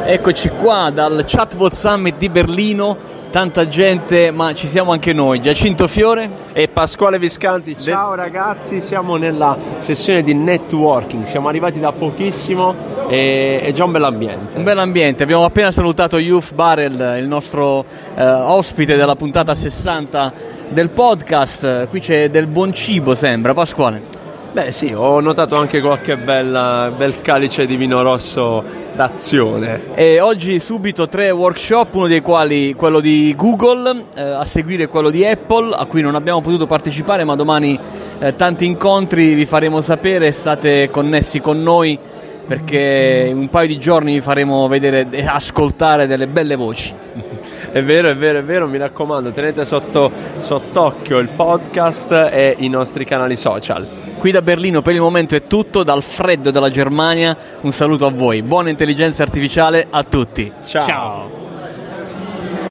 Eccoci qua dal Chatbot Summit di Berlino, tanta gente, ma ci siamo anche noi, Giacinto Fiore e Pasquale Viscanti. Ciao ragazzi, siamo nella sessione di networking, siamo arrivati da pochissimo e è già un bell'ambiente. Un bell'ambiente, abbiamo appena salutato Youth Barrel, il nostro ospite della puntata 60 del podcast. Qui c'è del buon cibo, sembra, Pasquale. Beh sì, ho notato anche qualche bel calice di vino rosso d'azione. E oggi subito 3 workshop, uno dei quali quello di Google, a seguire quello di Apple, a cui non abbiamo potuto partecipare, ma domani tanti incontri vi faremo sapere, state connessi con noi perché in un paio di giorni vi faremo vedere e ascoltare delle belle voci. È vero, mi raccomando, tenete sott'occhio il podcast e i nostri canali social. Qui da Berlino per il momento è tutto, dal freddo della Germania un saluto a voi, buona intelligenza artificiale a tutti. Ciao.